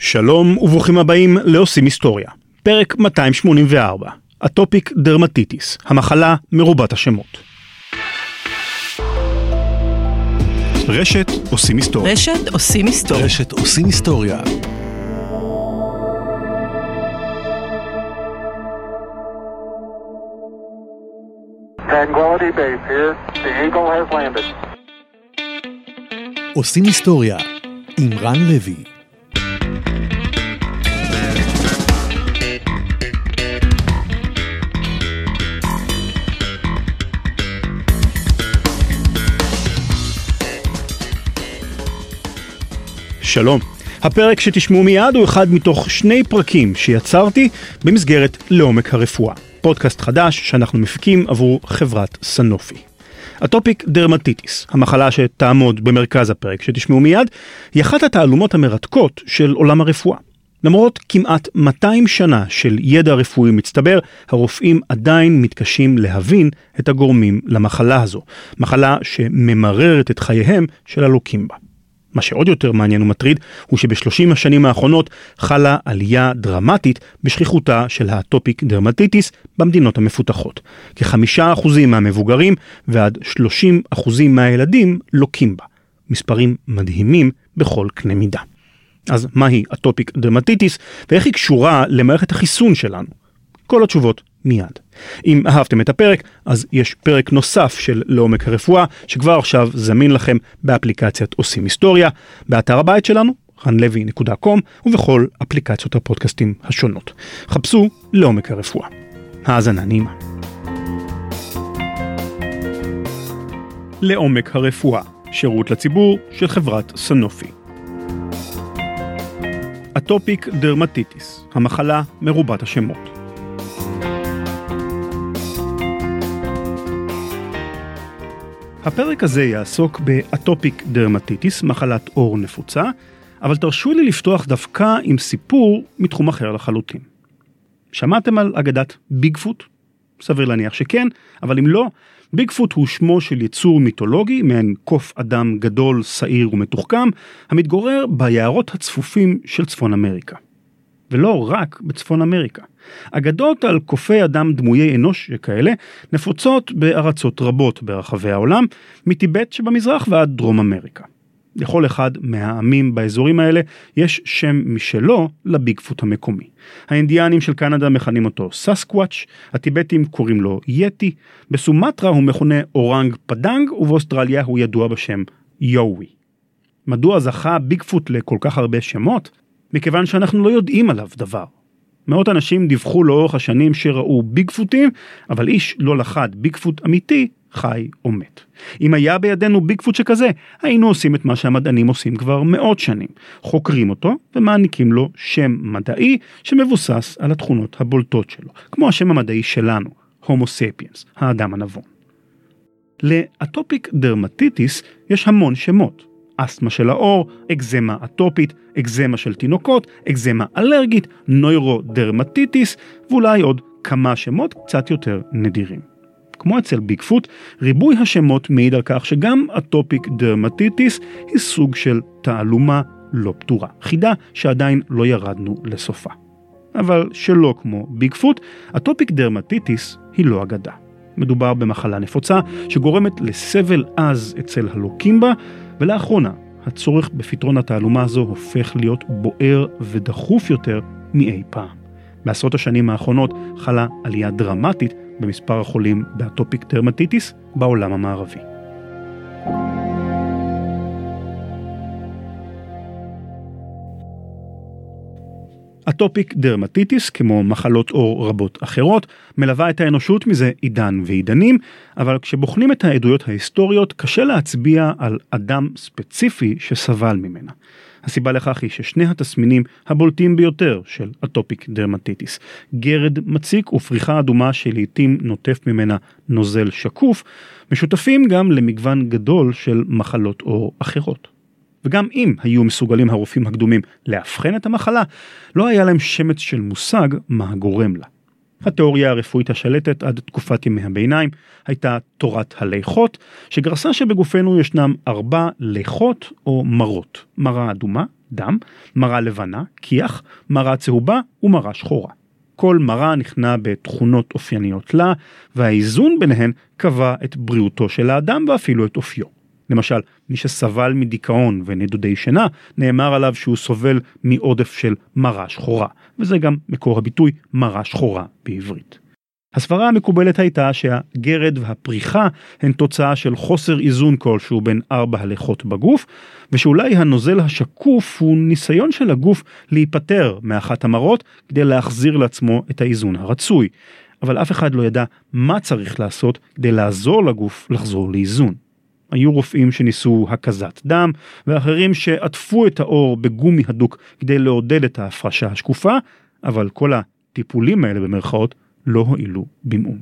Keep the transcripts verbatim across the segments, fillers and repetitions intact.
שלום וברוכים הבאים לעושים היסטוריה. פרק מאתיים שמונים וארבע. אטופיק דרמטיטיס, המחלה מרובת השמות. רשת עושים היסטוריה. רשת עושים היסטוריה. רשת עושים היסטוריה. Tranquility Base here. The Eagle has landed. עושים היסטוריה עם רן לוי. שלום. הפרק שתשמעו מיד הוא אחד מתוך שני פרקים שיצרתי במסגרת לעומק הרפואה. פודקאסט חדש שאנחנו מפיקים עבור חברת סנופי. אטופיק דרמטיטיס, המחלה שתעמוד במרכז הפרק שתשמעו מיד, היא אחת התעלומות המרתקות של עולם הרפואה. למרות כמעט מאתיים שנה של ידע רפואי מצטבר, הרופאים עדיין מתקשים להבין את הגורמים למחלה הזו. מחלה שממררת את חייהם של הלוקים בה. מה שעוד יותר מעניין ומטריד הוא שבשלושים השנים האחרונות חלה עלייה דרמטית בשכיחותה של האטופיק דרמטיטיס במדינות המפותחות. כחמישה אחוזים מהמבוגרים ועד שלושים אחוזים מהילדים לוקים בה. מספרים מדהימים בכל קנה מידה. אז מהי אטופיק דרמטיטיס ואיך היא קשורה למערכת החיסון שלנו? כל התשובות מיד. אם אהבתם את הפרק, אז יש פרק נוסף של לעומק הרפואה, שכבר עכשיו זמין לכם באפליקציית עושים היסטוריה, באתר הבית שלנו, רן לוי נקודה קום, ובכל אפליקציות הפודקאסטים השונות. חפשו לעומק הרפואה. האזנה נעימה. לעומק הרפואה, שירות לציבור של חברת סנופי. אטופיק דרמטיטיס, המחלה מרובת השמות. הפרק הזה יעסוק באטופיק דרמטיטיס, מחלת עור נפוצה, אבל תרשו לי לפתוח דווקא עם סיפור מתחום אחר לחלוטין. שמעתם על אגדת ביגפוט? סביר להניח שכן, אבל אם לא, ביגפוט הוא שמו של יצור מיתולוגי, מעין קוף אדם גדול, שעיר ומתוחכם, המתגורר ביערות הצפופים של צפון אמריקה. ולא רק בצפון אמריקה. אגדות על קופי אדם דמויי אנוש שכאלה נפוצות בארצות רבות ברחבי העולם, מטיבט שבמזרח ועד דרום אמריקה. לכל אחד מהעמים באזורים האלה יש שם משלו לביגפוט המקומי. האינדיאנים של קנדה מכנים אותו ססקוואץ', הטיבטים קוראים לו יטי, בסומטרה הוא מכונה אורנג פדנג, ובאוסטרליה הוא ידוע בשם יואוי. מדוע זכה ביגפוט לכל כך הרבה שמות? מכיוון שאנחנו לא יודעים עליו דבר. מאות אנשים דיווחו לאורך השנים שראו ביגפוטים, אבל איש לא לחד ביגפוט אמיתי, חי או מת. אם היה בידינו ביגפוט שכזה, היינו עושים את מה שהמדענים עושים כבר מאות שנים. חוקרים אותו ומעניקים לו שם מדעי שמבוסס על התכונות הבולטות שלו, כמו השם המדעי שלנו, הומו ספיאנס, האדם הנבון. לאטופיק דרמטיטיס יש המון שמות. אסתמה של האור, אקזמה אטופית, אקזמה של תינוקות, אקזמה אלרגית, נוירודרמטיטיס, ואולי עוד כמה שמות קצת יותר נדירים. כמו אצל ביגפוט, ריבוי השמות מעיד על כך שגם אטופיק דרמטיטיס היא סוג של תעלומה לא פתורה, חידה שעדיין לא ירדנו לסופה. אבל שלא כמו ביגפוט, אטופיק דרמטיטיס היא לא אגדה. מדובר במחלה נפוצה שגורמת לסבל עז אצל הלוקים בה, ולאחרונה הצורך בפתרון התעלומה הזו הופך להיות בוער ודחוף יותר מאי פעם. בעשרות השנים האחרונות חלה עלייה דרמטית במספר החולים באטופיק דרמטיטיס בעולם המערבי. אטופיק דרמטיטיס, כמו מחלות עור רבות אחרות, מלווה את האנושות מזה עידן ועידנים, אבל כשבוחנים את העדויות ההיסטוריות, קשה להצביע על אדם ספציפי שסבל ממנה. הסיבה לכך היא ששני התסמינים הבולטים ביותר של אטופיק דרמטיטיס, גרד מציק ופריחה אדומה שלעיתים נוטף ממנה נוזל שקוף, משותפים גם למגוון גדול של מחלות עור אחרות. וגם אם היו מסוגלים הרופאים הקדומים להבחן את המחלה, לא היה להם שמץ של מושג מה גורם לה. התיאוריה הרפואית השלטת עד תקופת ימי הביניים הייתה תורת הליכות, שגרסה שבגופנו ישנם ארבע ליכות או מרות, מרה אדומה, דם, מרה לבנה, כיח, מרה צהובה ומרה שחורה. כל מרה נכנע בתכונות אופייניות לה, והאיזון ביניהן קבע את בריאותו של האדם ואפילו את אופיו. למשל, מי שסבל מדיכאון ונדודי שינה, נאמר עליו שהוא סובל מעודף של מרה שחורה, וזה גם מקור הביטוי מרה שחורה בעברית. הסברה המקובלת הייתה שהגרד והפריחה הן תוצאה של חוסר איזון כלשהו בין ארבע הליכות בגוף, ושאולי הנוזל השקוף הוא ניסיון של הגוף להיפטר מאחת המרות כדי להחזיר לעצמו את האיזון הרצוי. אבל אף אחד לא ידע מה צריך לעשות כדי לעזור לגוף לחזור לאיזון. היו רופאים שניסו הקזת דם, ואחרים שעטפו את האור בגומי הדוק כדי לעודד את ההפרשה השקופה, אבל כל הטיפולים האלה במרכאות לא הועילו במאום.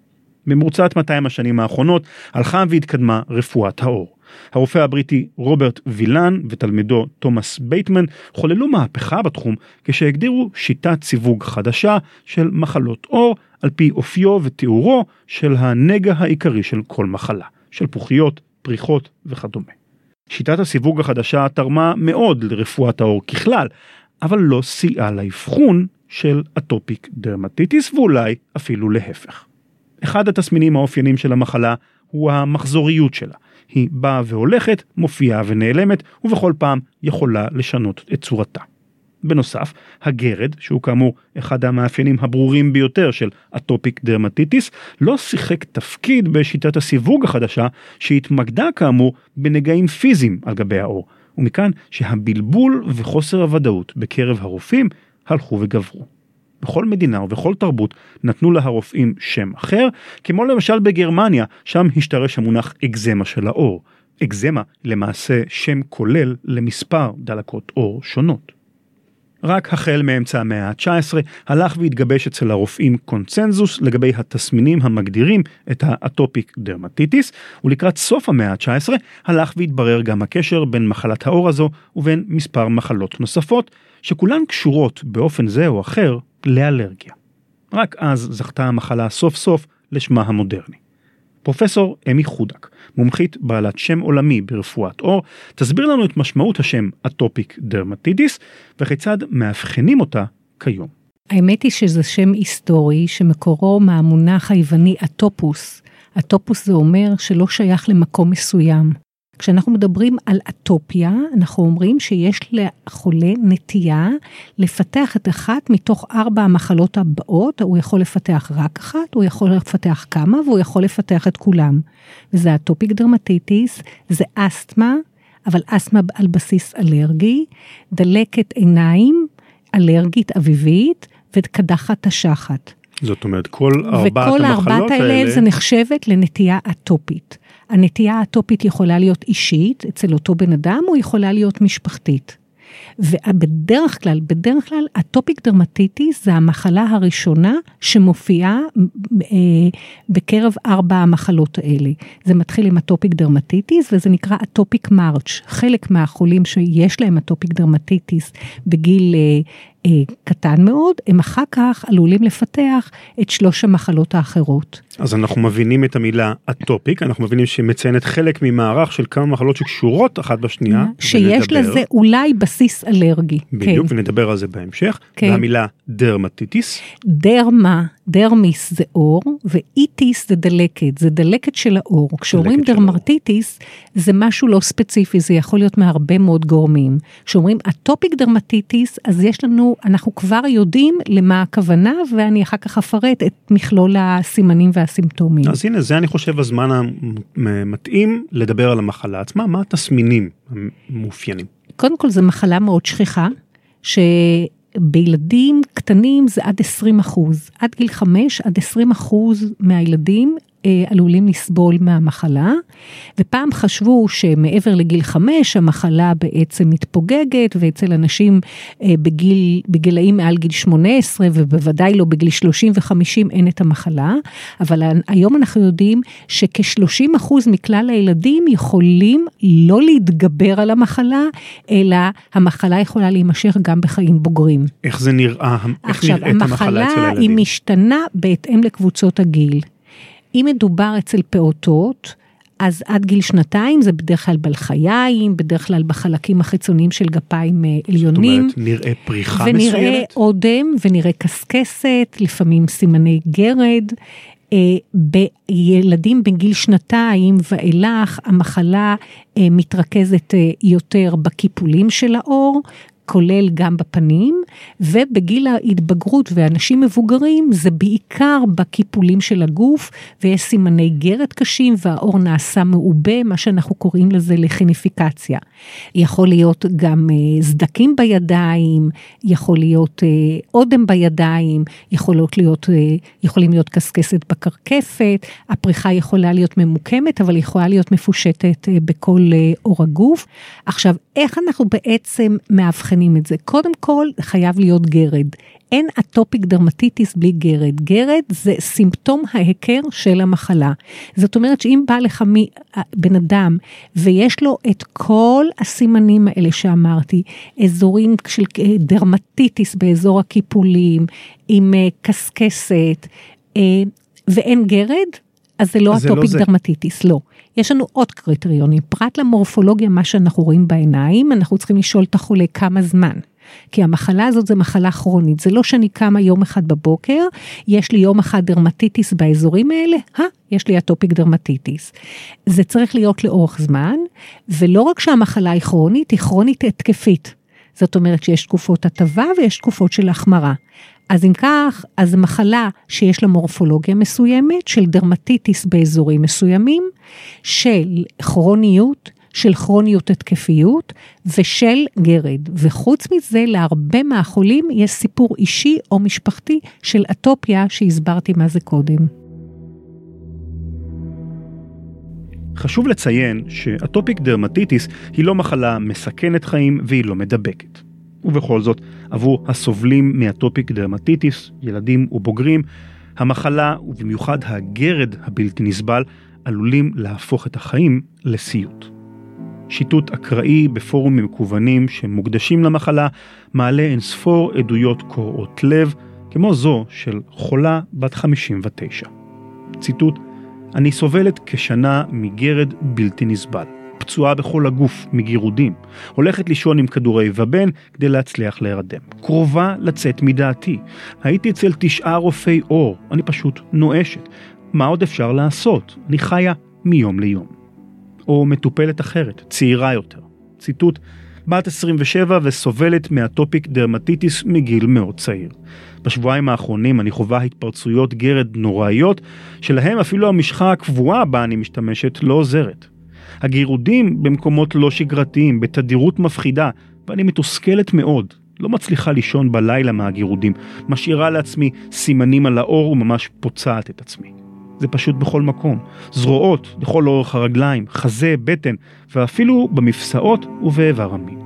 במרוצת מאתיים השנים האחרונות הלכה והתקדמה רפואת האור. הרופא הבריטי רוברט וילן ותלמידו תומאס בייטמן חוללו מהפכה בתחום כשהגדירו שיטת סיווג חדשה של מחלות עור על פי אופיו ותיאורו של הנגע העיקרי של כל מחלה, של פוחיות, פריחות וכדומה. שיטת הסיווג החדשה תרמה מאוד לרפואת העור ככלל, אבל לא סייעה לאבחון של אטופיק דרמטיטיס ואולי אפילו להפך. אחד התסמינים האופיינים של המחלה הוא המחזוריות שלה. היא באה והולכת, מופיעה ונעלמת, ובכל פעם יכולה לשנות את צורתה. בנוסף, הגרד, שהוא כאמור אחד המאפיינים הברורים ביותר של אטופיק דרמטיטיס, לא שיחק תפקיד בשיטת הסיווג החדשה, שהתמקדה כאמור בנגעים פיזיים על גבי האור, ומכאן שהבלבול וחוסר הוודאות בקרב הרופאים הלכו וגברו. בכל מדינה ובכל תרבות נתנו לה הרופאים שם אחר, כמו למשל בגרמניה, שם השתרש המונח אקזמה של האור. אקזמה למעשה שם כולל למספר דלקות אור שונות. רק החל מאמצע המאה ה-תשע עשרה הלך והתגבש אצל הרופאים קונצנזוס לגבי התסמינים המגדירים את האטופיק דרמטיטיס, ולקראת סוף המאה ה-תשע עשרה הלך והתברר גם הקשר בין מחלת האור הזו ובין מספר מחלות נוספות, שכולן קשורות באופן זה או אחר לאלרגיה. רק אז זכתה המחלה סוף סוף לשמה המודרני. פרופסור אמי חודק, מומחית בעלת שם עולמי ברפואת עור, תסביר לנו את משמעות השם אטופיק דרמטיטיס וכיצד מאבחנים אותה כיום. האמת היא שזה שם היסטורי שמקורו מהמונח היווני אטופוס. אטופוס זה אומר שלא שייך למקום מסוים. כשאנחנו מדברים על אטופיה, אנחנו אומרים שיש לחולה נטייה לפתח את אחת מתוך ארבע המחלות הבאות, הוא יכול לפתח רק אחת, הוא יכול לפתח כמה, והוא יכול לפתח את כולם. וזה אטופיק דרמטיטיס, זה אסתמה, אבל אסתמה על בסיס אלרגי, דלקת עיניים, אלרגית אביבית, וקדחת תשחת. זאת אומרת, כל ארבעת וכל המחלות הארבעת האלה האלה זה נחשבת לנטייה אטופית. הנטייה האטופית יכולה להיות אישית, אצל אותו בן אדם, או יכולה להיות משפחתית. ובדרך כלל, בדרך כלל, אטופיק דרמטיטיס זה המחלה הראשונה שמופיעה אה, בקרב ארבע המחלות האלה. זה מתחיל עם אטופיק דרמטיטיס, וזה נקרא אטופיק מרץ'. חלק מהחולים שיש להם אטופיק דרמטיטיס בגיל אה, אה, קטן מאוד, הם אחר כך עלולים לפתח את שלוש המחלות האחרות. אז אנחנו מבינים את המילה אטופיק, אנחנו מבינים שהיא מציינת חלק ממערך של כמה מחלות שקשורות אחת בשנייה. שיש ונדבר. לזה אולי בסיס אלרגי. בדיוק, כן. ונדבר על זה בהמשך. כן. והמילה דרמטיטיס. דרמה, דרמיס זה אור, ואיטיס זה דלקת, זה דלקת של האור. כשאומרים דרמטיטיס, זה משהו לא ספציפי, זה יכול להיות מהרבה מאוד גורמים. כשאומרים אטופיק דרמטיטיס, אז יש לנו, אנחנו כבר יודעים למה הכוונה, ואני אחר כך אפרט את מכלול הסימנים והסימפטומים. אז הנה, זה אני חושב הזמן המתאים לדבר על המחלה עצמה, מה התסמינים המאופיינים? קודם כל, זו מחלה מאוד שכיחה, שבילדים קטנים זה עד עשרים אחוז, עד גיל חמש, עד עשרים אחוז מהילדים עלולים לסבול מהמחלה, ופעם חשבו שמעבר לגיל חמש, המחלה בעצם מתפוגגת, ואצל אנשים בגיל, בגילאים מעל גיל שמונה עשרה, ובוודאי לא בגיל שלושים וחמישים אין את המחלה, אבל היום אנחנו יודעים שכ-שלושים אחוז מכלל הילדים יכולים לא להתגבר על המחלה, אלא המחלה יכולה להימשך גם בחיים בוגרים. איך זה נראה? איך נראית המחלה אצל הילדים? עכשיו, המחלה היא משתנה בהתאם לקבוצות הגיל. אם מדובר אצל פעוטות, אז עד גיל שנתיים זה בדרך כלל בלחיים, בדרך כלל בחלקים החיצוניים של גפיים עליונים. זאת אומרת, נראה פריחה ונראה מסוימת? ונראה אודם, ונראה קסקסת, לפעמים סימני גרד. בילדים בגיל שנתיים ואילך, המחלה מתרכזת יותר בקיפולים של האור, כולל גם בפנים, ובגיל ההתבגרות ואנשים מבוגרים, זה בעיקר בקיפולים של הגוף, ויש סימני גרד קשים, והאור נעשה מעובה, מה שאנחנו קוראים לזה לכיניפיקציה. יכול להיות גם סדקים בידיים, יכול להיות אודם בידיים, יכולות להיות, יכולים להיות קסקסת בקרקפת, הפריחה יכולה להיות ממוקמת, אבל יכולה להיות מפושטת בכל אור הגוף. עכשיו, איך אנחנו בעצם מאבחנים את זה? קודם כל, חייב להיות גרד. אין אטופיק דרמטיטיס בלי גרד. גרד זה סימפטום ההיכר של המחלה. זאת אומרת שאם בא לך בן אדם, ויש לו את כל הסימנים האלה שאמרתי, אזורים של דרמטיטיס באזור הקיפולים, עם קסקסת, ואין גרד, אז זה לא אטופיק לא דרמטיטיס, לא. יש לנו עוד קריטריונים, פרט למורפולוגיה, מה שאנחנו רואים בעיניים, אנחנו צריכים לשאול את החולה כמה זמן, כי המחלה הזאת זה מחלה כרונית, זה לא שאני קמה יום אחד בבוקר, יש לי יום אחד דרמטיטיס באזורים האלה, אה, יש לי אטופיק דרמטיטיס. זה צריך להיות לאורך זמן, ולא רק שהמחלה היא כרונית, היא כרונית התקפית. זאת אומרת שיש תקופות הטבה ויש תקופות של החמרה. אז אם כך, אז מחלה שיש לה מורפולוגיה מסוימת, של דרמטיטיס באזורים מסוימים, של כרוניות, של כרוניות התקפיות, ושל גרד. וחוץ מזה, להרבה מהחולים יש סיפור אישי או משפחתי של אטופיה, שהסברתי מה זה קודם. חשוב לציין שאטופיק דרמטיטיס היא לא מחלה מסכנת חיים והיא לא מדבקת. ובכל זאת, עבור הסובלים מאטופיק דרמטיטיס, ילדים ובוגרים, המחלה ובמיוחד הגרד הבלתי נסבל עלולים להפוך את החיים לסיוט. שיטוט אקראי בפורומים מקוונים שמוקדשים למחלה מעלה אינספור עדויות קורעות לב, כמו זו של חולה בת חמישים ותשע. ציטוט: אני סובלת כשנה מגרד בלתי נסבל. פצועה בכל הגוף מגירודים, הולכת לישון עם כדורי ובן כדי להצליח להירדם. קרובה לצאת מדעתי. הייתי אצל תשעה רופאי אור, אני פשוט נואשת. מה עוד אפשר לעשות? אני חיה מיום ליום. או מטופלת אחרת, צעירה יותר. ציטוט: בת עשרים ושבע וסובלת מאטופיק דרמטיטיס מגיל מאוד צעיר. בשבועיים האחרונים אני חווה התפרצויות גרד נוראיות, שלהם אפילו המשחה הקבועה בה אני משתמשת לא עוזרת. הגירודים במקומות לא שגרתיים, בתדירות מפחידה, ואני מתוסכלת מאוד. לא מצליחה לישון בלילה מהגירודים, משאירה לעצמי סימנים על האור וממש פוצעת את עצמי. זה פשוט בכל מקום. זרועות לכל אורך הרגליים, חזה, בטן, ואפילו במפסעות ובאיבר המין.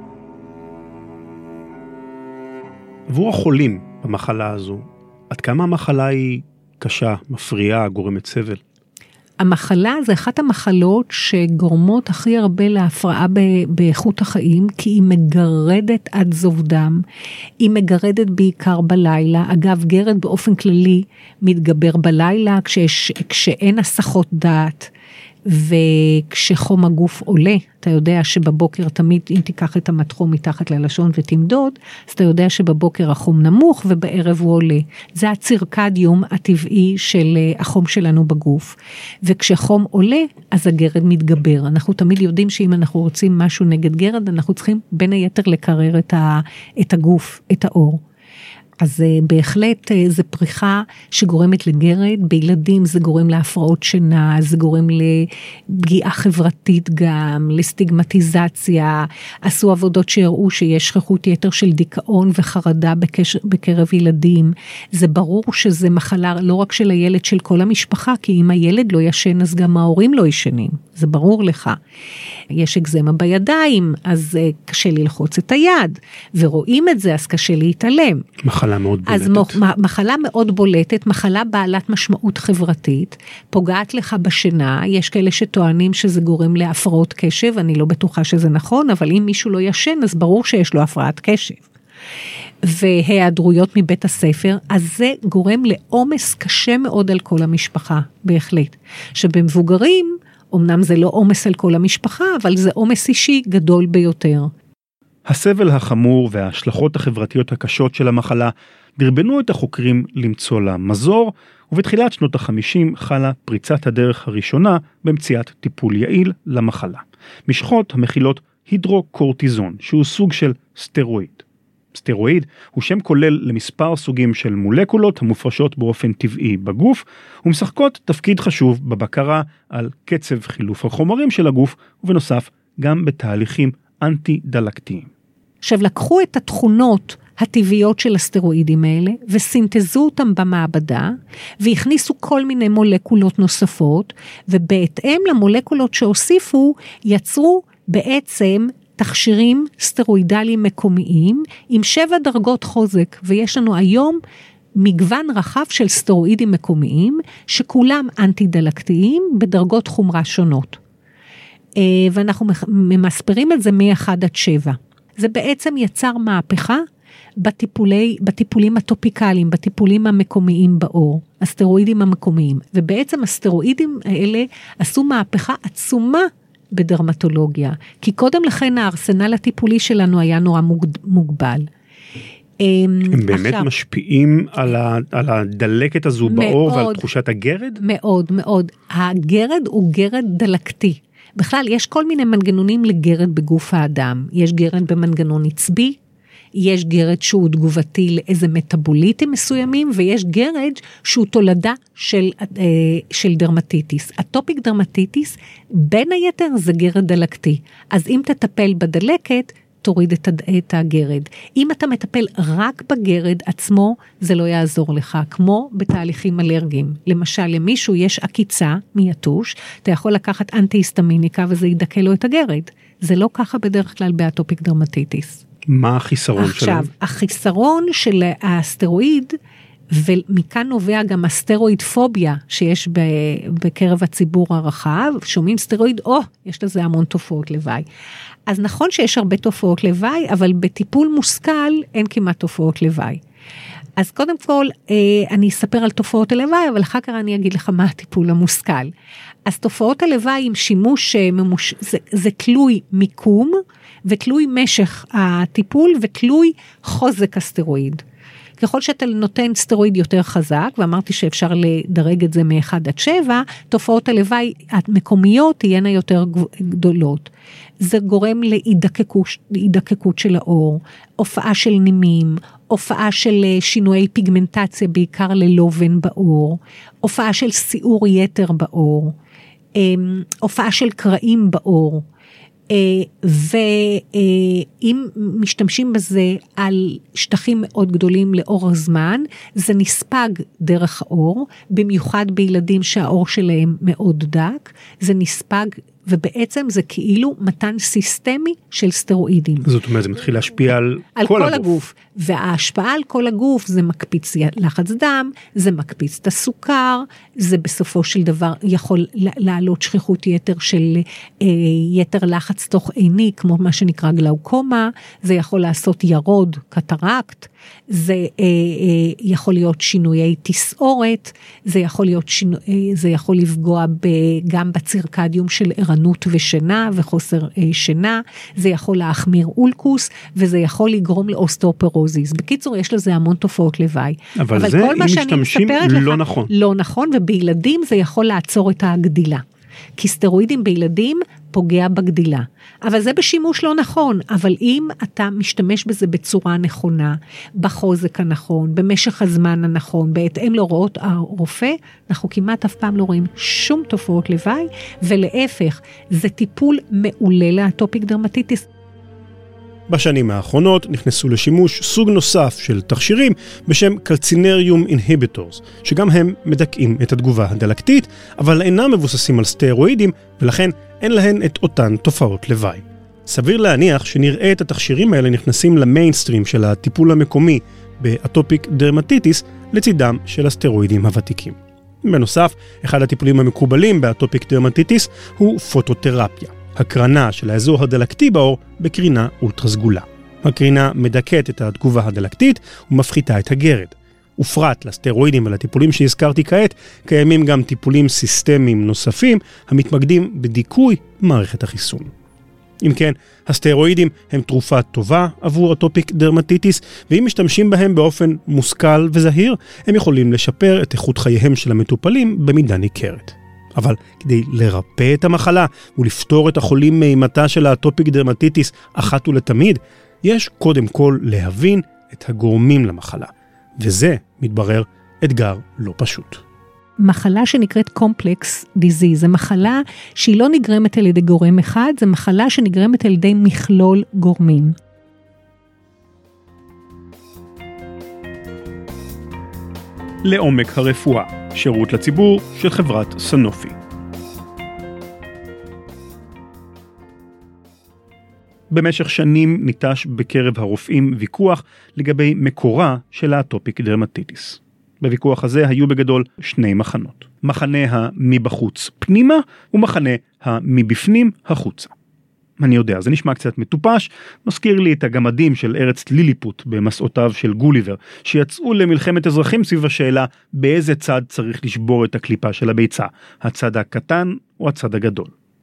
עבור החולים במחלה הזו, עד כמה המחלה היא קשה, מפריעה, גורמת סבל? המחלה זה אחת המחלות שגורמות הכי הרבה להפרעה באיכות החיים, כי היא מגרדת עד זוב דם, היא מגרדת בעיקר בלילה, אגב גרד באופן כללי מתגבר בלילה, כשיש, כשאין הסחות דעת, וכשחום הגוף עולה, אתה יודע שבבוקר תמיד, אם תיקח את המתחום מתחת ללשון ותמדוד, אז אתה יודע שבבוקר החום נמוך ובערב הוא עולה. זה הצירקדיום הטבעי של החום שלנו בגוף. וכשחום עולה, אז הגרד מתגבר. אנחנו תמיד יודעים שאם אנחנו רוצים משהו נגד גרד, אנחנו צריכים בין היתר לקרר את, ה, את הגוף, את האור. אז בהחלט זה פריחה שגורמת לגרד, בילדים זה גורם להפרעות שינה, זה גורם לפגיעה חברתית גם, לסטיגמטיזציה, עשו עבודות שהראו שיש שכיחות יתר של דיכאון וחרדה בקשר, בקרב ילדים, זה ברור שזה מחלה לא רק של הילד, של כל המשפחה, כי אם הילד לא ישן אז גם ההורים לא ישנים, זה ברור לך. יש אקזמה בידיים, אז קשה ללחוץ את היד, ורואים את זה, אז קשה להתעלם. מחלה מאוד בולטת. אז מחלה מאוד בולטת, מחלה בעלת משמעות חברתית, פוגעת לך בשינה, יש כאלה שטוענים שזה גורם להפרעות קשב, אני לא בטוחה שזה נכון, אבל אם מישהו לא ישן, אז ברור שיש לו הפרעת קשב. והיעדרויות מבית הספר, אז זה גורם לעומס קשה מאוד על כל המשפחה, בהחלט. שבמבוגרים, אמנם זה לא עומס על כל המשפחה, אבל זה עומס אישי גדול ביותר. הסבל החמור וההשלכות החברתיות הקשות של המחלה דרבנו את החוקרים למצוא לה מזור, ובתחילת שנות החמישים חלה פריצת הדרך הראשונה במציאת טיפול יעיל למחלה. משחות המכילות הידרוקורטיזון, שהוא סוג של סטרואיד. סטרואיד הוא שם כולל למספר סוגים של מולקולות המופרשות באופן טבעי בגוף, ומשחקות תפקיד חשוב בבקרה על קצב חילוף החומרים של הגוף, ובנוסף גם בתהליכים אנטי-דלקתיים. עכשיו לקחו את התכונות הטבעיות של הסטרואידים האלה, וסינתזו אותם במעבדה, והכניסו כל מיני מולקולות נוספות, ובהתאם למולקולות שהוסיפו, יצרו בעצם תכשירים סטרואידליים מקומיים, עם שבע דרגות חוזק, ויש לנו היום מגוון רחב של סטרואידים מקומיים, שכולם אנטי-דלקתיים בדרגות חומרה שונות. ואנחנו ממספרים את זה מ-אחד עד שבע. זה בעצם יצר מהפכה בטיפולי, בטיפולים הטופיקליים, בטיפולים המקומיים בעור, הסטרואידים המקומיים. ובעצם הסטרואידים האלה עשו מהפכה עצומה בדרמטולוגיה, כי קודם לכן הארסנל הטיפולי שלנו היה נורא מוגבל. הם באמת עכשיו, משפיעים על, ה, על הדלקת הזו מאוד, בעור ועל תחושת הגרד? מאוד, מאוד. הגרד הוא גרד דלקתי. בכלל, יש כל מיני מנגנונים לגרד בגוף האדם. יש גרד במנגנון עצבי, יש גרד שהוא תגובתי לאיזה מטאבוליטים מסוימים, ויש גרד שהוא תולדה של, של דרמטיטיס. אטופיק דרמטיטיס, בין היתר זה גרד דלקתי. אז אם תטפל בדלקת, תוריד את הגרד. אם אתה מטפל רק בגרד עצמו, זה לא יעזור לך, כמו בתהליכים אלרגיים. למשל, למישהו יש עקיצה מיתוש, אתה יכול לקחת אנטי-היסטמיניקה, וזה ידכא לו את הגרד. זה לא ככה בדרך כלל באטופיק דרמטיטיס. מה החיסרון שלו? עכשיו, החיסרון של הסטרואיד, ומכאן נובע גם הסטרואיד פוביה, שיש בקרב הציבור הרחב, שומעים סטרואיד, או, יש לזה המון תופעות לוואי. אז נכון שיש הרבה תופעות לוואי, אבל בטיפול מושכל אין כמעט תופעות לוואי. אז קודם כל, אני אספר על תופעות הלוואי, אבל אחר כך אני אגיד לך מה הטיפול המושכל. אז תופעות הלוואי עם שימוש, ממוש, זה, זה תלוי מיקום, ותלוי משך הטיפול, ותלוי חוזק הסטרואיד. ככל שאתה נותן סטרואיד יותר חזק, ואמרתי שאפשר לדרג את זה מ-אחד עד שבע, תופעות הלוואי המקומיות תהיינה יותר גדולות. זה גורם להידקקות של האור, הופעה של נימים, הופעה של שינויי פיגמנטציה, בעיקר ללובן באור, הופעה של סיעור יתר באור, הופעה של קרעים באור, ואם משתמשים בזה על שטחים מאוד גדולים לאור הזמן, זה נספג דרך האור, במיוחד בילדים שהאור שלהם מאוד דק, זה נספג, ובעצם זה כאילו מתן סיסטמי של סטרואידים. זאת אומרת, זה מתחיל להשפיע על, על כל, כל הגוף. הגוף. וההשפעה על כל הגוף זה מקפיץ לחץ דם, זה מקפיץ את הסוכר, זה בסופו של דבר יכול לעלות שכיחות יתר של אה, יתר לחץ תוך עיני, כמו מה שנקרא גלאוקומה, זה יכול לעשות ירוד, קטרקט, זה אה, אה, יכול להיות שינויי תסעורת, זה יכול להיות שינו, אה, זה יכול לפגוע ב, גם בצירקדיום של ערנות ושינה וחוסר אה, שינה, זה יכול להחמיר אולקוס, וזה יכול לגרום לאוסטאופורוזיס. בקיצור, יש לזה המון תופעות לוואי. אבל, אבל זה, אם משתמשים, לא לך, נכון. לא נכון, ובילדים זה יכול לעצור את הגדילה. כי סטרואידים בילדים פוגע בגדילה. אבל זה בשימוש לא נכון, אבל אם אתה משתמש בזה בצורה נכונה, בחוזק הנכון, במשך הזמן הנכון, בהתאם להוראות הרופא, אנחנו כמעט אף פעם לא רואים שום תופעות לוואי, ולהפך, זה טיפול מעולה לאטופיק דרמטיטיס. בשנים האחרונות נכנסו לשימוש סוג נוסף של תכשירים בשם קלצינריום אינהיביטורס, שגם הם מדכאים את התגובה הדלקתית, אבל אינם מבוססים על סטרואידים, ולכן אין להן את אותן תופעות לוואי. סביר להניח שנראה את התכשירים האלה נכנסים למיינסטרים של הטיפול המקומי באטופיק דרמטיטיס לצידם של הסטרואידים הוותיקים. בנוסף, אחד הטיפולים המקובלים באטופיק דרמטיטיס הוא פוטותרפיה. הקרנה של האזור הדלקתי בעור בקרינה אולטרה סגולה. הקרינה מדכאת את התגובה הדלקתית ומפחיתה את הגרד. ופרט לסטרואידים ולטיפולים שהזכרתי כעת, קיימים גם טיפולים סיסטמיים נוספים המתמקדים בדיכוי מערכת החיסון. אם כן, הסטרואידים הם תרופה טובה עבור אטופיק דרמטיטיס, ואם משתמשים בהם באופן מושכל וזהיר, הם יכולים לשפר את איכות חייהם של המטופלים במידה ניכרת. אבל כדי לרפא את המחלה ולפתור את החולים מאימתה של האטופיק דרמטיטיס אחת ולתמיד, יש קודם כל להבין את הגורמים למחלה. וזה מתברר אתגר לא פשוט. מחלה שנקראת קומפלקס דיזיז, זו מחלה שהיא לא נגרמת על ידי גורם אחד, זו מחלה שנגרמת על ידי מכלול גורמים. לעומק הרפואה, שירות לציבור של חברת סנופי. במשך שנים ניטש בקרב הרופאים ויכוח לגבי מקורה של האטופיק דרמטיטיס. בוויכוח הזה היו בגדול שני מחנות. מחנה המבחוץ פנימה ומחנה המבפנים החוצה. אני יודע, זה נשמע קצת מטופש, מזכיר לי את הגמדים של ארץ ליליפוט במסעותיו של גוליבר, שיצאו למלחמת אזרחים סביב השאלה באיזה צד צריך לשבור את הקליפה של הביצה, הצד הקטן או הצד הגדול.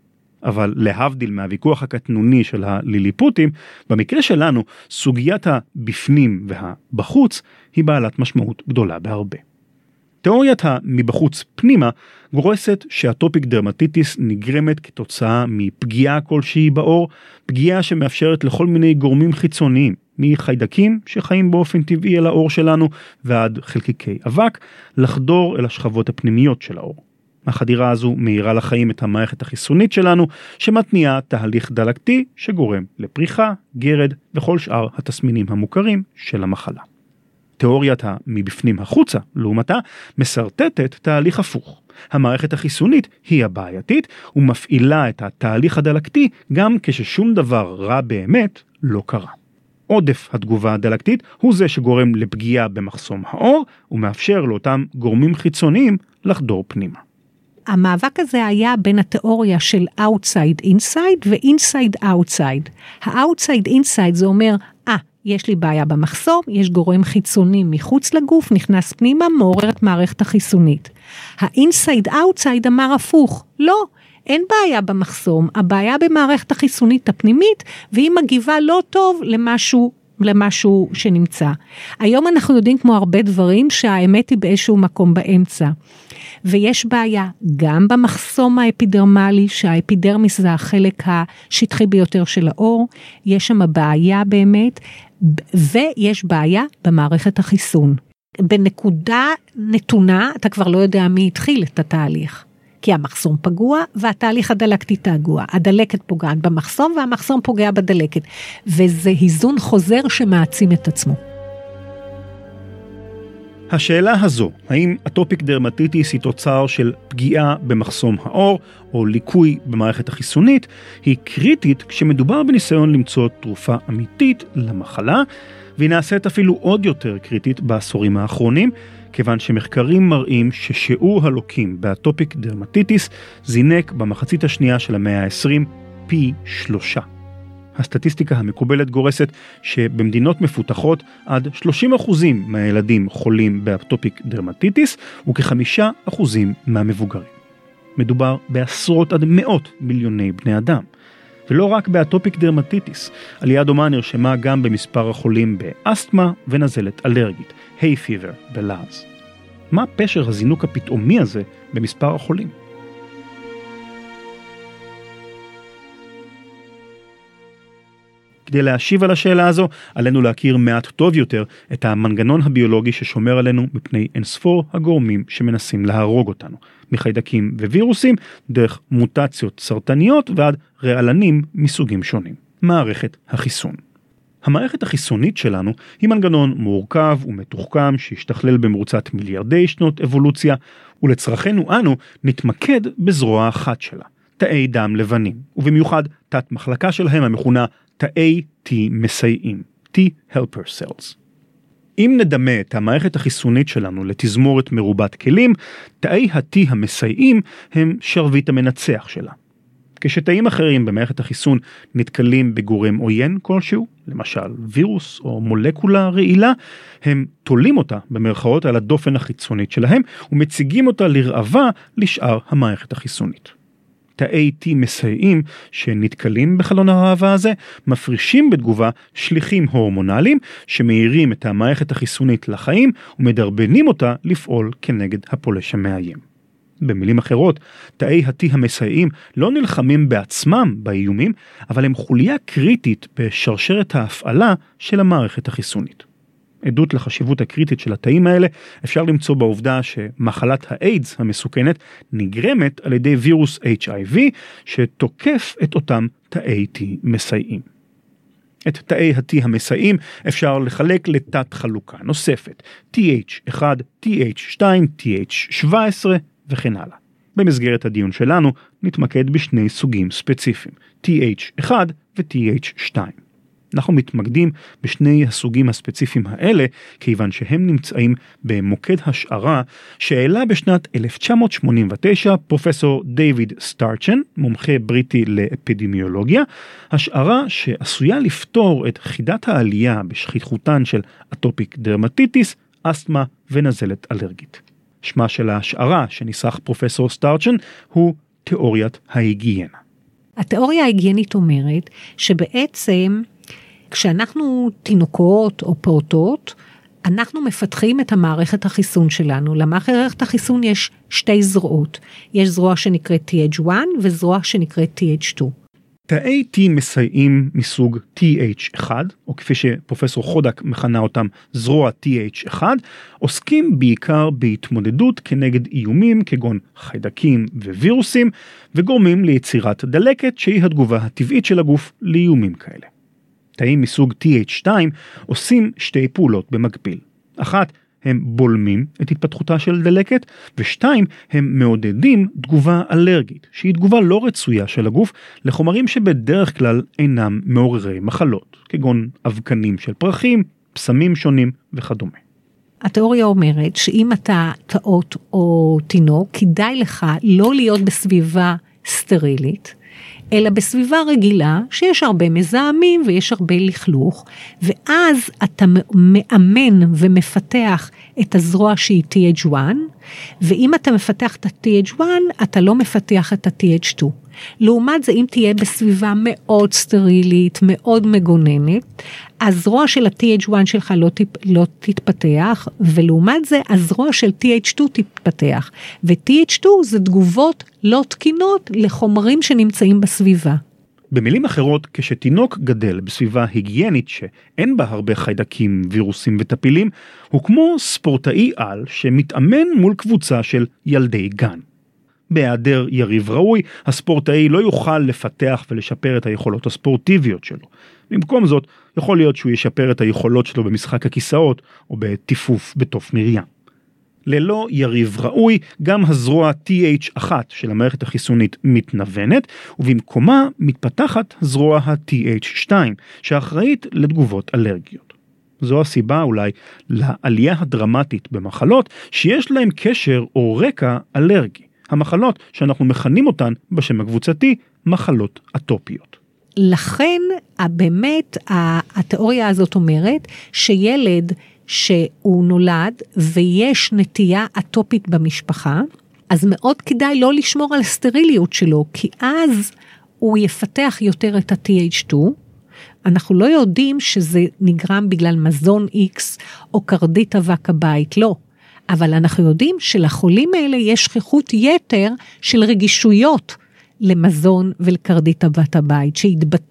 אבל להבדיל מהוויכוח הקטנוני של הליליפוטים, במקרה שלנו סוגיית הבפנים והבחוץ היא בעלת משמעות גדולה בהרבה. תיאוריית המבחוץ פנימה גורסת שהאטופיק דרמטיטיס נגרמת כתוצאה מפגיעה כלשהי בעור, פגיעה שמאפשרת לכל מיני גורמים חיצוניים, מחיידקים שחיים באופן טבעי על העור שלנו ועד חלקיקי אבק, לחדור אל השכבות הפנימיות של העור. החדירה הזו מאירה לחיים את המערכת החיסונית שלנו, שמתניעה תהליך דלקתי שגורם לפריחה, גרד וכל שאר התסמינים המוכרים של המחלה. תיאוריית המבפנים החוצה, לעומתה, מסרטטת תהליך הפוך. המערכת החיסונית היא הבעייתית ומפעילה את התהליך הדלקתי גם כששום דבר רע באמת לא קרה. עודף התגובה הדלקתית הוא זה שגורם לפגיעה במחסום העור ומאפשר לאותם גורמים חיצוניים לחדור פנימה. המאבק הזה היה בין התיאוריה של outside inside ו-inside outside. ה-outside inside זה אומר, אה, יש לי בעיה במחסום, יש גורם חיצוני מחוץ לגוף, נכנס פנימה, מעורר את מערכת החיסונית. ה-inside outside אמר הפוך, לא, אין בעיה במחסום, הבעיה במערכת החיסונית הפנימית, והיא מגיבה לא טוב למשהו, למשהו שנמצא. היום אנחנו יודעים כמו הרבה דברים שהאמת היא באיזשהו מקום באמצע. ויש בעיה גם במחסום האפידרמלי, שהאפידרמיס זה החלק השטחי ביותר של העור, יש שם בעיה באמת, ויש בעיה במערכת החיסון. בנקודה נתונה, אתה כבר לא יודע מי התחיל את התהליך, כי המחסום פגוע והתהליך הדלקתי פגוע. הדלקת פוגעת במחסום והמחסום פוגע בדלקת, וזה היזון חוזר שמעצים את עצמו. השאלה הזו, האם אטופיק דרמטיטיס היא תוצר של פגיעה במחסום העור או ליקוי במערכת החיסונית, היא קריטית כשמדובר בניסיון למצוא תרופה אמיתית למחלה, והיא נעשית אפילו עוד יותר קריטית בעשורים האחרונים, כיוון שמחקרים מראים ששיעור הלוקים באטופיק דרמטיטיס זינק במחצית השנייה של המאה ה-עשרים פי שלושה. הסטטיסטיקה המקובלת גורסת שבמדינות מפותחות עד שלושים אחוזים מהילדים חולים באטופיק דרמטיטיס וכ-חמישה אחוזים מהמבוגרים. מדובר בעשרות עד מאות מיליוני בני אדם. ולא רק באטופיק דרמטיטיס, עלייה דומה נרשמה גם במספר החולים באסתמה ונזלת אלרגית, היי פיבר בלעז. מה פשר הזינוק הפתאומי הזה במספר החולים? כדי להשיב על השאלה הזו, עלינו להכיר מעט טוב יותר את המנגנון הביולוגי ששומר עלינו מפני אינספור הגורמים שמנסים להרוג אותנו, מחיידקים ווירוסים, דרך מוטציות סרטניות ועד רעלנים מסוגים שונים. מערכת החיסון. המערכת החיסונית שלנו היא מנגנון מורכב ומתוחכם שהשתכלל במרוצת מיליארדי שנות אבולוציה, ולצרכנו אנו נתמקד בזרוע אחת שלה, תאי דם לבנים, ובמיוחד תת מחלקה שלהם המכונה תאי T מסייעים, T helper cells. אם נדמה את המערכת החיסונית שלנו לתזמורת מרובת כלים, תאי ה-T המסייעים הם שרביט המנצח שלה. כשתאים אחרים במערכת החיסון נתקלים בגורם עוין כלשהו, למשל וירוס או מולקולה רעילה, הם תולים אותה במרכאות על הדופן החיצונית שלהם ומציגים אותה לרעבה לשאר המערכת החיסונית. תאי T מסייעים שנתקלים בחלון הרעבה הזה מפרישים בתגובה שליחים הורמונליים שמאירים את המערכת החיסונית לחיים ומדרבנים אותה לפעול כנגד הפולש המאיים. במילים אחרות, תאי ה-T המסייעים לא נלחמים בעצמם באיומים, אבל הם חוליה קריטית בשרשרת ההפעלה של המערכת החיסונית. עדות לחשיבות הקריטית של התאים האלה אפשר למצוא בעובדה שמחלת האיידס המסוכנת נגרמת על ידי וירוס H I V שתוקף את אותם תאי T מסייעים. את תאי ה-T המסייעים אפשר לחלק לתת חלוקה נוספת, T H אחד, T H שתיים, T H שבע עשרה וכן הלאה. במסגרת הדיון שלנו נתמקד בשני סוגים ספציפיים, T H אחד ו-T H שתיים. אנחנו מתמקדים בשני הסוגים הספציפיים האלה, כיוון שהם נמצאים במוקד השערה שהעלה בשנת אלף תשע מאות שמונים ותשע פרופסור דיוויד סטארצ'ן, מומחה בריטי לאפידמיולוגיה, השערה שעשויה לפתור את חידת העלייה בשכיחותן של אטופיק דרמטיטיס, אסתמה ונזלת אלרגית. שמה של ההשערה שניסח פרופסור סטארצ'ן הוא תיאוריית ההיגיינה. התיאוריה ההיגיינית אומרת שבעצם כשאנחנו תינוקות או פעוטות, אנחנו מפתחים את המערכת החיסון שלנו. למערכת החיסון יש שתי זרועות. יש זרוע שנקראת T H one וזרוע שנקראת T H two. תאי T מסייעים מסוג T H אחד, או כפי שפרופסור חודק מכנה אותם זרוע T H אחד, עוסקים בעיקר בהתמודדות כנגד איומים כגון חיידקים ווירוסים, וגורמים ליצירת דלקת שהיא התגובה הטבעית של הגוף לאיומים כאלה. תאים מסוג T H שתיים עושים שתי פעולות במקביל. אחת, הם בולמים את התפתחותה של דלקת, ושתיים, הם מעודדים תגובה אלרגית, שהיא תגובה לא רצויה של הגוף לחומרים שבדרך כלל אינם מעוררי מחלות, כגון אבקנים של פרחים, פסמים שונים וכדומה. התיאוריה אומרת שאם אתה תאות או תינוק, כדאי לך לא להיות בסביבה סטרילית, אלא בסביבה רגילה שיש הרבה מזהמים ויש הרבה לכלוך, ואז אתה מאמן ומפתח את הזרוע שהיא T H one, ואם אתה מפתח את ה-T H one, אתה לא מפתח את ה-T H two. לעומת זה, אם תהיה בסביבה מאוד סטרילית, מאוד מגוננת, הזרוע של ה-T H one שלך לא, טיפ, לא תתפתח, ולעומת זה, הזרוע של T H two תתפתח. ו-T H two זה תגובות לא תקינות לחומרים שנמצאים בסביבה. במילים אחרות, כשתינוק גדל בסביבה היגיינית שאין בה הרבה חיידקים, וירוסים וטפילים, הוא כמו ספורטאי על שמתאמן מול קבוצה של ילדי גן. בהיעדר יריב ראוי, הספורטאי לא יוכל לפתח ולשפר את היכולות הספורטיביות שלו. במקום זאת, יכול להיות שהוא ישפר את היכולות שלו במשחק הכיסאות או בטיפוף בתוף מרים. ללא יריב ראוי, גם הזרוע T H אחת של המערכת החיסונית מתנוונת, ובמקומה מתפתחת זרוע ה-T H שתיים, שאחראית לתגובות אלרגיות. זו הסיבה אולי לעלייה הדרמטית במחלות שיש להם קשר או רקע אלרגי. המחלות שאנחנו מכנים אותן בשם הקבוצתי מחלות אטופיות. לכן באמת התיאוריה הזאת אומרת שילד שהוא נולד ויש נטייה אטופית במשפחה, אז מאוד כדאי לא לשמור על הסטריליות שלו, כי אז הוא יפתח יותר את ה-T H two. אנחנו לא יודעים שזה נגרם בגלל מזון X או קרדית אבק הבית, לא. אבל אנחנו יודעים שלחולים האלה יש שכיחות יתר של רגישויות למזון ולקרדית אבק הבית, שהתבטא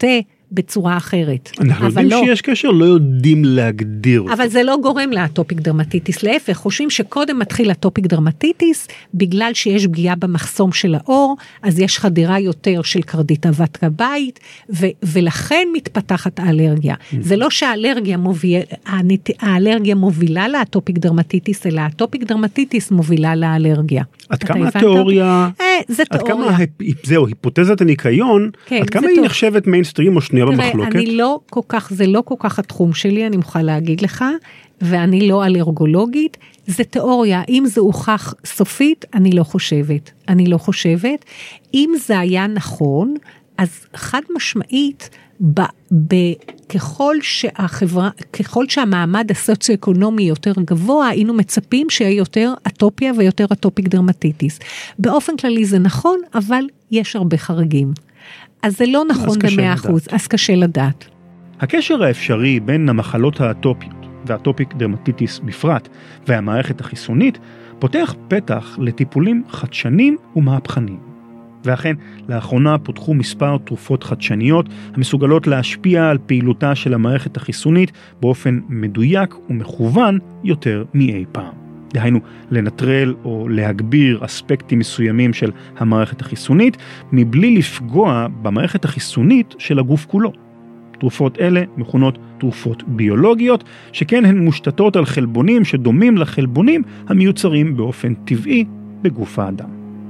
בצורה אחרת. אנחנו יודעים לא, שיש קשר, לא יודעים להגדיר אותו. אבל זה לא גורם לאטופיק דרמטיטיס, להפך, חושבים שקודם מתחיל אטופיק דרמטיטיס, בגלל שיש פגיעה במחסום של האור, אז יש חדירה יותר של קרדית אבק הבית, ו- ולכן מתפתחת האלרגיה. Mm-hmm. זה לא שהאלרגיה מוביל, האלרגיה מובילה לאטופיק דרמטיטיס, אלא האטופיק דרמטיטיס מובילה לאלרגיה. עד כמה התיאוריה, אה, זה עד תיאוריה. כמה, זהו, היפותזת הניקיון, כן, עד כמה היא טוב. נחשבת מיינסטרים או שנויה תראה, במחלוקת? אני לא כל כך, זה לא כל כך התחום שלי, אני מוכרחה להגיד לך, ואני לא אלרגולוגית, זה תיאוריה, אם זה הוכח סופית, אני לא חושבת, אני לא חושבת, אם זה היה נכון, אז חד משמעית, ב, ב, ככל שהחברה, ככל שהמעמד הסוציו-אקונומי יותר גבוה, היינו מצפים שיהיה יותר אטופיה ויותר אטופיק דרמטיטיס. באופן כללי זה נכון, אבל יש הרבה חריגים. אז זה לא נכון במאה אחוז, אז קשה לדעת. הקשר האפשרי בין המחלות האטופיות והאטופיק דרמטיטיס בפרט והמערכת החיסונית פותח פתח לטיפולים חדשנים ומהפכניים. ואכן, לאחרונה פותחו מספר תרופות חדשניות המסוגלות להשפיע על פעילותה של המערכת החיסונית באופן מדויק ומכוון יותר מאי פעם. דהיינו, לנטרל או להגביר אספקטים מסוימים של המערכת החיסונית, מבלי לפגוע במערכת החיסונית של הגוף כולו. תרופות אלה מכונות תרופות ביולוגיות, שכן הן מושתתות על חלבונים שדומים לחלבונים המיוצרים באופן טבעי בגוף האדם.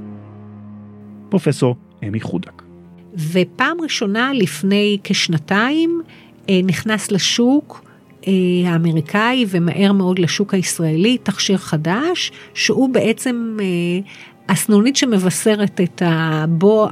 פרופסור אמי חודק. ופעם ראשונה לפני כשנתיים נכנס לשוק האמריקאי ומהר מאוד לשוק הישראלי תכשיר חדש, שהוא בעצם הסנונית שמבשרת את הבוא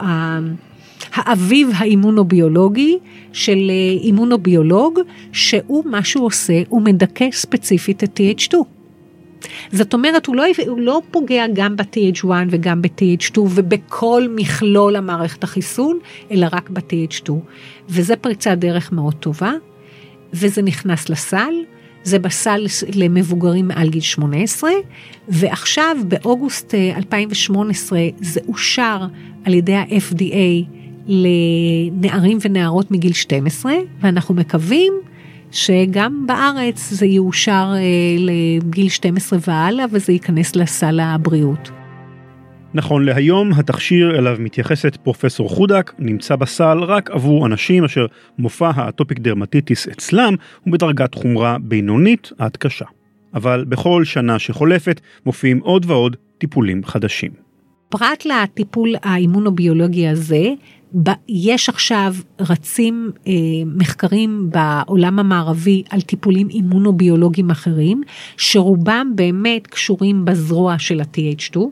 האביב האימונוביולוגי של אימונוביולוג, שהוא מה שהוא עושה, הוא מדכא ספציפית את טי אייץ' טו. זאת אומרת, הוא לא, הוא לא פוגע גם ב-טי אייץ' וואן וגם ב-טי אייץ' טו ובכל מכלול המערכת החיסון, אלא רק ב-טי אייץ' טו. וזה פריצת דרך מאוד טובה, וזה נכנס לסל, זה בסל למבוגרים מעל גיל שמונה עשרה, ועכשיו באוגוסט אלפיים שמונה עשרה זה אושר על ידי ה-אף די איי לנערים ונערות מגיל שתים עשרה, ואנחנו מקווים שגם בארץ זה יאושר לגיל שתים עשרה והלאה, וזה ייכנס לסל הבריאות. נכון להיום, התכשיר אליו מתייחסת פרופסור חודק נמצא בסל רק עבור אנשים אשר מופע האטופיק דרמטיטיס אצלם הוא בדרגת חומרה בינונית עד קשה. אבל בכל שנה שחולפת מופיעים עוד ועוד טיפולים חדשים. פרט לטיפול האימונוביולוגי הזה, יש עכשיו רצים אה, מחקרים בעולם המערבי על טיפולים אימונוביולוגיים אחרים, שרובם באמת קשורים בזרוע של ה-טי אייץ' טו,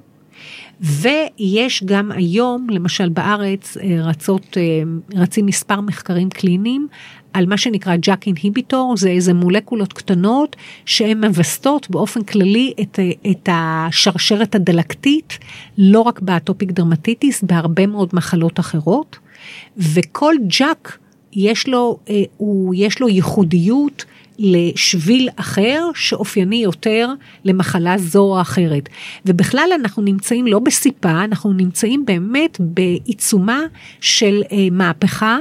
ויש גם היום, למשל בארץ, רצות, רצים מספר מחקרים קליניים, על מה שנקרא ג'אק אינהיביטור, זה איזה מולקולות קטנות, שהן מבסטות באופן כללי את, את השרשרת הדלקתית, לא רק באטופיק דרמטיטיס, בהרבה מאוד מחלות אחרות, וכל ג'אק יש לו, הוא, יש לו ייחודיות, לשביל אחר שאופייני יותר למחלה זו או אחרת. ובכלל אנחנו נמצאים לא בסיפה, אנחנו נמצאים באמת בעיצומה של אה, מהפכה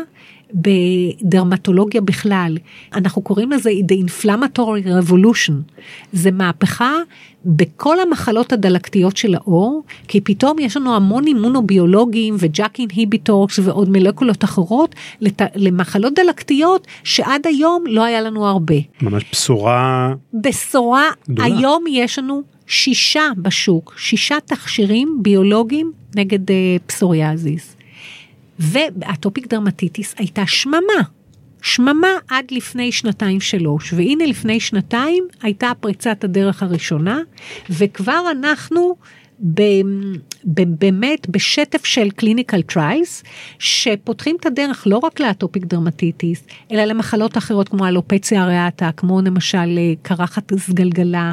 בדרמטולוגיה בכלל. אנחנו קוראים לזה The Inflammatory Revolution. זה מהפכה בכל המחלות הדלקתיות של האור, כי פתאום יש לנו המון אימונוביולוגים וג'אק אינהיביטורס ועוד מולקולות אחרות לת... למחלות דלקתיות שעד היום לא היה לנו הרבה. ממש בשורה בשורה, גדולה. היום יש לנו שישה בשוק, שישה תכשירים ביולוגיים נגד uh, פסוריאזיס. ובאטופיק דרמטיטיס הייתה שממה, שממה עד לפני שנתיים שלוש, והנה לפני שנתיים הייתה פריצת הדרך הראשונה, וכבר אנחנו ב, ב, באמת בשטף של קליניקל טרייס, שפותחים את הדרך לא רק לאטופיק דרמטיטיס, אלא למחלות אחרות כמו אלופציה אריאטה, כמו למשל קרחת סגלגלה,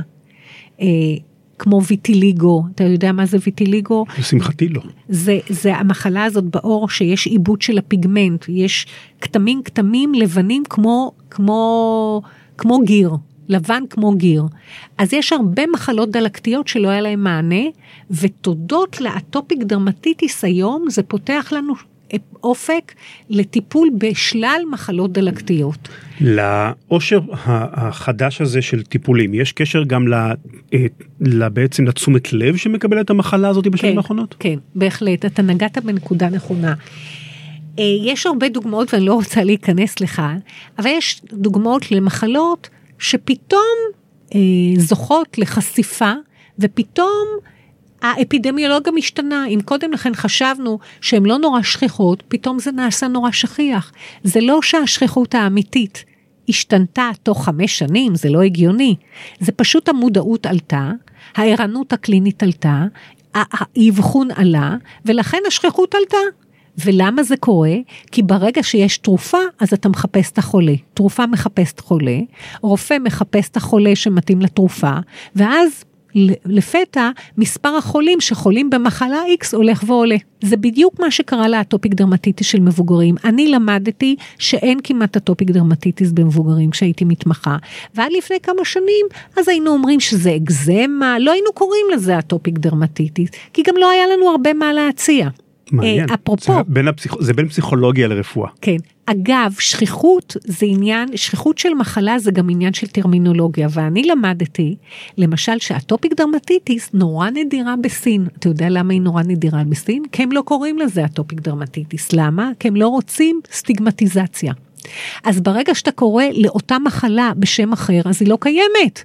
כמו ויטיליגו. אתה יודע מה זה ויטיליגו? לשמחתי לא. זה, זה המחלה הזאת באור שיש עיבוד של הפיגמנט, יש כתמים כתמים לבנים כמו, כמו, כמו גיר, לבן כמו גיר. אז יש הרבה מחלות דלקתיות שלא היה להם מענה, ותודות לאטופיק דרמטיטיס היום, זה פותח לנו אופק לטיפול בשלל מחלות דלקתיות. לאושר החדש הזה של טיפולים, יש קשר גם בעצם לתשומת לב שמקבלת את המחלה הזאת בשנים האחרונות? כן, בהחלט, אתה נגעת בנקודה נכונה. יש הרבה דוגמאות, ואני לא רוצה להיכנס לכאן, אבל יש דוגמאות למחלות שפתאום זוכות לחשיפה, ופתאום האפידמיולוגיה משתנה. אם קודם לכן חשבנו שהן לא נורא שכיחות, פתאום זה נעשה נורא שכיח. זה לא שהשכיחות האמיתית השתנתה תוך חמש שנים, זה לא הגיוני. זה פשוט המודעות עלתה, הערנות הקלינית עלתה, האבחון עלה, ולכן השכיחות עלתה. ולמה זה קורה? כי ברגע שיש תרופה, אז אתה מחפש את החולה. תרופה מחפש את חולה, רופא מחפש את החולה שמתאים לתרופה, ואז לפתע מספר החולים שחולים במחלה X הולך ועולה. זה בדיוק מה שקרה לאטופיק דרמטיטיס של מבוגרים. אני למדתי שאין כמעט אטופיק דרמטיטיס במבוגרים כשהייתי מתמחה, ועד לפני כמה שנים אז היינו אומרים שזה אקזמה, לא היינו קוראים לזה אטופיק דרמטיטיס, כי גם לא היה לנו הרבה מה להציע. מעניין. אפרופו, זה בין, הפסיכ... זה בין פסיכולוגיה לרפואה. כן. אגב, שכיחות זה עניין, שכיחות של מחלה זה גם עניין של טרמינולוגיה, ואני למדתי, למשל, שאטופיק דרמטיטיס נורא נדירה בסין. אתה יודע למה היא נורא נדירה בסין? כי הם לא קוראים לזה אטופיק דרמטיטיס. למה? כי הם לא רוצים סטיגמטיזציה. אז ברגע שאתה קורא לאותה מחלה בשם אחר, אז היא לא קיימת.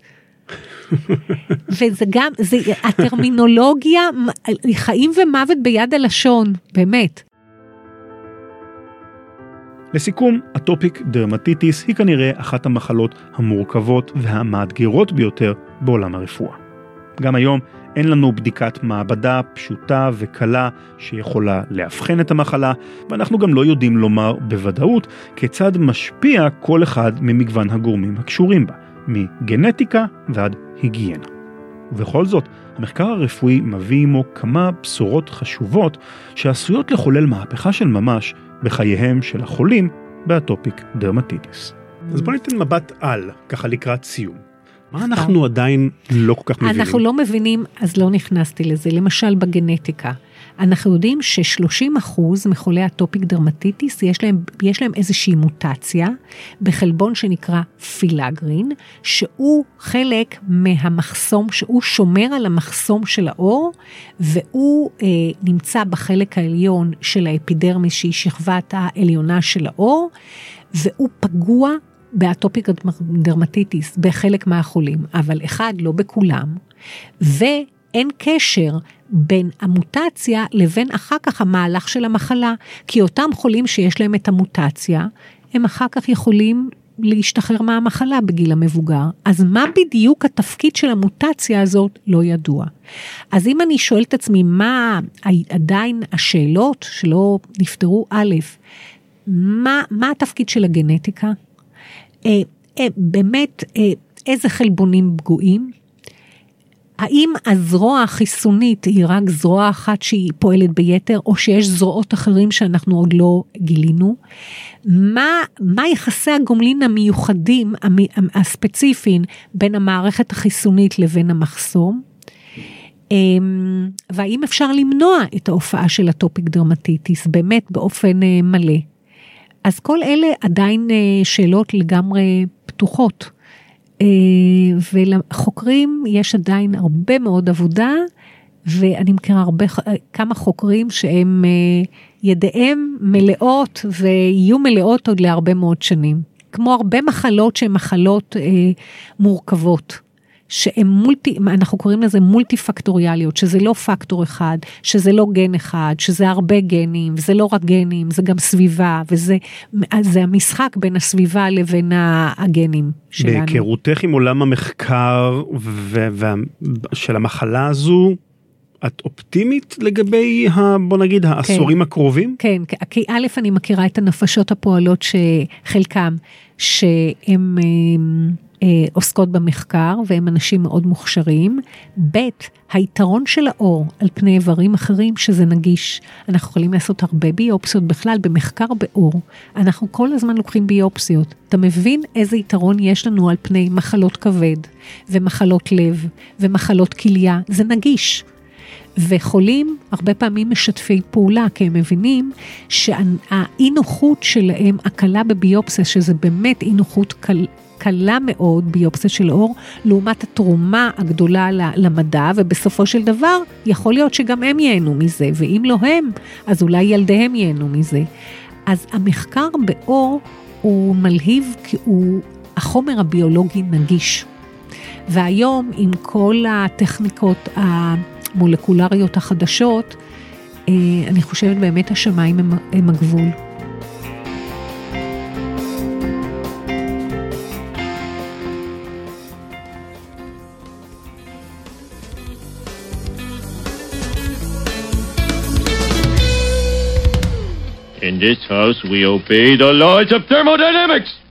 וזה גם, זה, הטרמינולוגיה, חיים ומוות ביד הלשון, באמת. לסיכום, אטופיק דרמטיטיס היא כנראה אחת המחלות המורכבות והמאתגרות ביותר בעולם הרפואה. גם היום אין לנו בדיקת מעבדה פשוטה וקלה שיכולה להבחן את המחלה, ואנחנו גם לא יודעים לומר בוודאות כיצד משפיע כל אחד ממגוון הגורמים הקשורים בה, מגנטיקה ועד היגיינה. ובכל זאת, המחקר הרפואי מביא עמו כמה בשורות חשובות שעשויות לחולל מהפכה של ממש בחייהם של החולים באטופיק דרמטיטיס. אז בוא ניתן מבט על, ככה לקראת סיום. מה אנחנו עדיין לא כל כך מבינים? אנחנו לא מבינים, אז לא נכנסתי לזה. למשל בגנטיקה. אנחנו יודעים ש-שלושים אחוז מחולי אטופיק דרמטיטיס יש להם, יש להם איזושהי מוטציה בחלבון שנקרא פילגרין, שהוא חלק מהמחסום, שהוא שומר על המחסום של האור, והוא אה, נמצא בחלק העליון של האפידרמיס, שהיא שכבת העליונה של האור, והוא פגוע באטופיק דרמטיטיס בחלק מהחולים, אבל אחד לא בכולם, ואין קשר בין המוטציה לבין אחר כך המהלך של המחלה, כי אותם חולים שיש להם את המוטציה, הם אחר כך יכולים להשתחרר מהמחלה בגיל המבוגר. אז מה בדיוק התפקיד של המוטציה הזאת לא ידוע. אז אם אני שואל את עצמי מה עדיין השאלות שלא נפתרו, א', מה, מה התפקיד של הגנטיקה? אה, אה, באמת, אה, איזה חלבונים פגועים? האם הזרוע החיסונית היא רק זרוע אחת שהיא פועלת ביתר, או שיש זרועות אחרים שאנחנו עוד לא גילינו? מה, מה יחסי הגומלין המיוחדים, הספציפיים, בין המערכת החיסונית לבין המחסום? והאם אפשר למנוע את ההופעה של אטופיק דרמטיטיס, באמת באופן מלא? אז כל אלה עדיין שאלות לגמרי פתוחות. ולחוקרים יש עדיין הרבה מאוד עבודה, ואני מכירה הרבה, כמה חוקרים שהם ידיהם מלאות, ויהיו מלאות עוד להרבה מאוד שנים. כמו הרבה מחלות שהן מחלות מורכבות. שהן מולטי, אנחנו קוראים לזה מולטי פקטוריאליות, שזה לא פקטור אחד, שזה לא גן אחד, שזה הרבה גנים, וזה לא רק גנים, זה גם סביבה, וזה זה המשחק בין הסביבה לבין הגנים שלנו. בהיכרותך עם עולם המחקר ו- ו- של המחלה הזו, את אופטימית לגבי, ה, בוא נגיד, העשורים כן, הקרובים? כן, כי א', אני מכירה את הנפשות הפועלות שחלקם, שהם עוסקות במחקר, והם אנשים מאוד מוכשרים. ב', היתרון של האור על פני איברים אחרים שזה נגיש. אנחנו יכולים לעשות הרבה ביופסיות בכלל, במחקר באור. אנחנו כל הזמן לוקחים ביופסיות. אתה מבין איזה יתרון יש לנו על פני מחלות כבד, ומחלות לב, ומחלות כליה. זה נגיש. וחולים הרבה פעמים משתפי פעולה, כי הם מבינים שהאי נוחות שלהם, הקלה בביופסיה, שזה באמת אי נוחות קל, קלה מאוד ביופסיה של אור, לעומת התרומה הגדולה למדע, ובסופו של דבר יכול להיות שגם הם ייהנו מזה, ואם לא הם, אז אולי ילדיהם ייהנו מזה. אז המחקר באור הוא מלהיב, כי הוא החומר הביולוגי נגיש. והיום עם כל הטכניקות המולקולריות החדשות, אני חושבת באמת השמיים הם, הם הגבול. In this house, we obey the laws of thermodynamics.